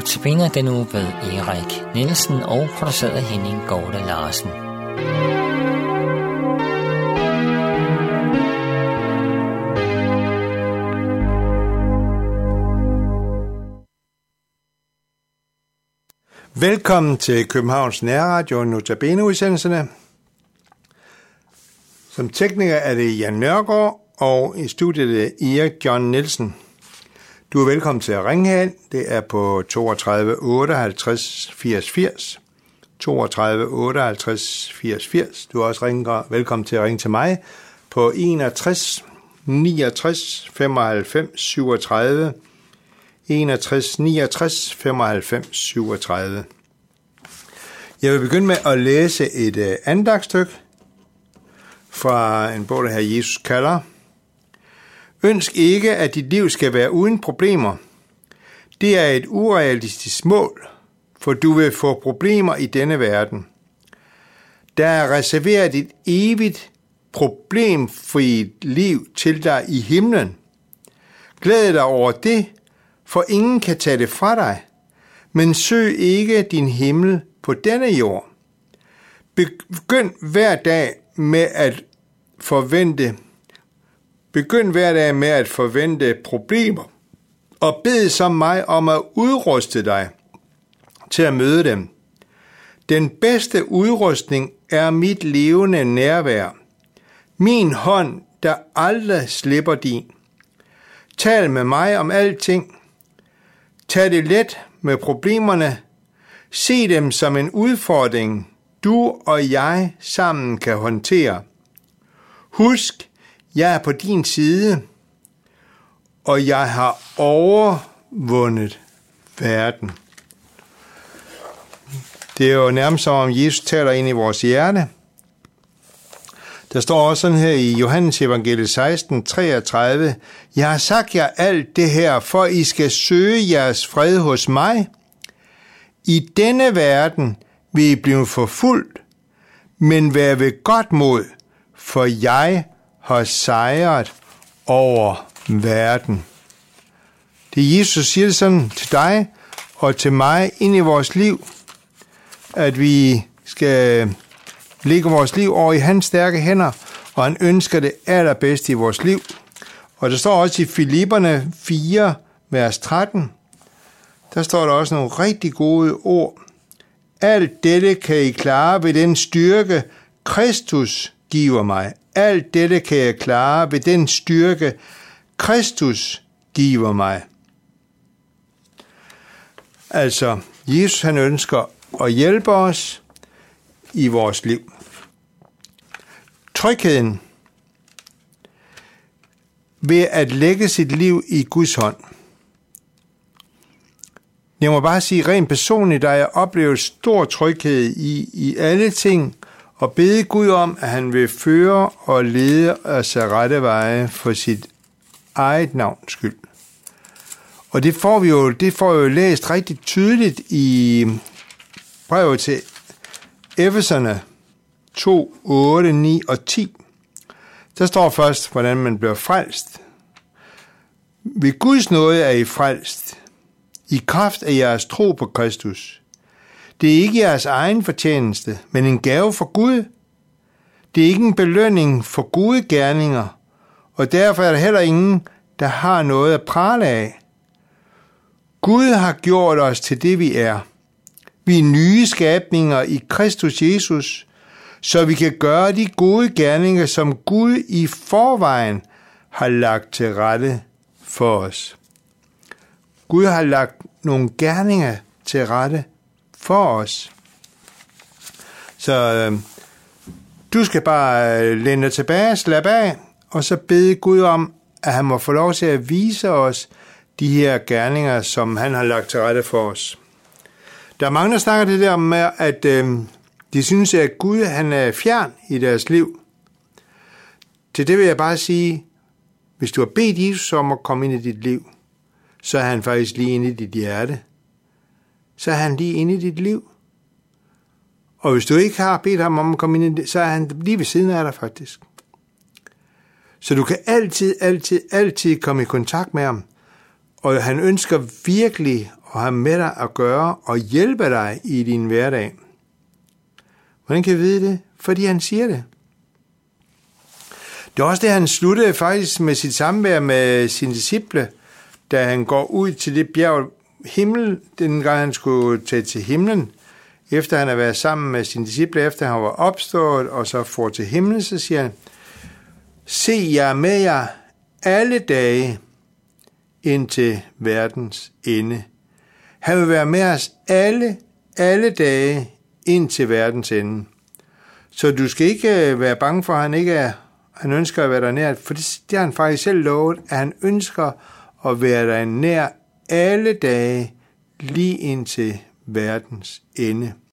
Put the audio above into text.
Notabene den uge ved Erik Nielsen og produceret af Henning Gorte Larsen. Velkommen til Københavns Nærradio Notabene-udsendelserne. Som tekniker er det Jan Nørgaard, og i studiet er Erik John Nielsen. Du er velkommen til at ringe her. Det er på 32 58 80 80. 32 58 80 80. Du er også velkommen til at ringe til mig på 61 69 95 37. 61 69 95 37. Jeg vil begynde med at læse et andagtstykke fra en bog, der hedder Jesus kalder. Ønsk ikke, at dit liv skal være uden problemer. Det er et urealistisk mål, for du vil få problemer i denne verden. Der er reserveret et evigt problemfrit liv til dig i himlen. Glæd dig over det, for ingen kan tage det fra dig. Men søg ikke din himmel på denne jord. Begynd hver dag med at forvente problemer, og bed som mig om at udruste dig til at møde dem. Den bedste udrustning er mit levende nærvær. Min hånd, der aldrig slipper din. Tal med mig om alting. Tag det let med problemerne. Se dem som en udfordring, du og jeg sammen kan håndtere. Husk, jeg er på din side, og jeg har overvundet verden. Det er jo nærmest som om Jesus taler ind i vores hjerte. Der står også sådan her i Johannes evangeliet 16, 33. Jeg har sagt jer alt det her, for I skal søge jeres fred hos mig. I denne verden vil I blive forfulgt, men vær ved godt mod, for jeg har sejret over verden. Det er Jesus, siger det sådan til dig og til mig ind i vores liv, at vi skal lægge vores liv over i hans stærke hænder, og han ønsker det allerbedste i vores liv. Og der står også i Filipperne 4, vers 13, der står der også nogle rigtig gode ord. Alt dette kan I klare ved den styrke, Kristus giver mig. Alt dette kan jeg klare ved den styrke, Kristus giver mig. Altså, Jesus han ønsker at hjælpe os i vores liv. Trygheden ved at lægge sit liv i Guds hånd. Jeg må bare sige rent personligt, da jeg oplever stor tryghed i alle ting, og bede Gud om, at han vil føre og lede os af rette veje for sit eget navns skyld. Og det får jo læst rigtig tydeligt i brevet til Efeserne 2, 8, 9 og 10. Der står først, hvordan man bliver frelst. Ved Guds nåde er I frelst, i kraft af jeres tro på Kristus. Det er ikke jeres egen fortjeneste, men en gave fra Gud. Det er ikke en belønning for gode gerninger, og derfor er der heller ingen, der har noget at prale af. Gud har gjort os til det, vi er. Vi er nye skabninger i Kristus Jesus, så vi kan gøre de gode gerninger, som Gud i forvejen har lagt til rette for os. Gud har lagt nogle gerninger til rette for os. Så du skal bare læne dig tilbage, slappe af, og så bede Gud om, at han må få lov til at vise os de her gerninger, som han har lagt til rette for os. Der er mange, der snakker det der med, at de synes, at Gud han er fjern i deres liv. Til det vil jeg bare sige, hvis du har bedt Jesus om at komme ind i dit liv, så er han faktisk lige inde i dit hjerte. Så er han lige inde i dit liv. Og hvis du ikke har bedt ham om at komme ind i det, så er han lige ved siden af dig faktisk. Så du kan altid komme i kontakt med ham. Og han ønsker virkelig og have med dig at gøre og hjælpe dig i din hverdag. Hvordan kan vi vide det? Fordi han siger det. Det er også det, han sluttede faktisk med sit samvær med sine disciple, da han går ud til det bjerg himmel, den gang han skulle tage til himlen, efter han har været sammen med sine disciple, efter han var opstået, og så får til himlen, så siger han, se, jeg er med jer alle dage indtil verdens ende. Han vil være med os alle dage indtil verdens ende. Så du skal ikke være bange for, at han ønsker at være der nær, for det har han faktisk selv lovet, at han ønsker at være der nær alle dage, lige indtil verdens ende.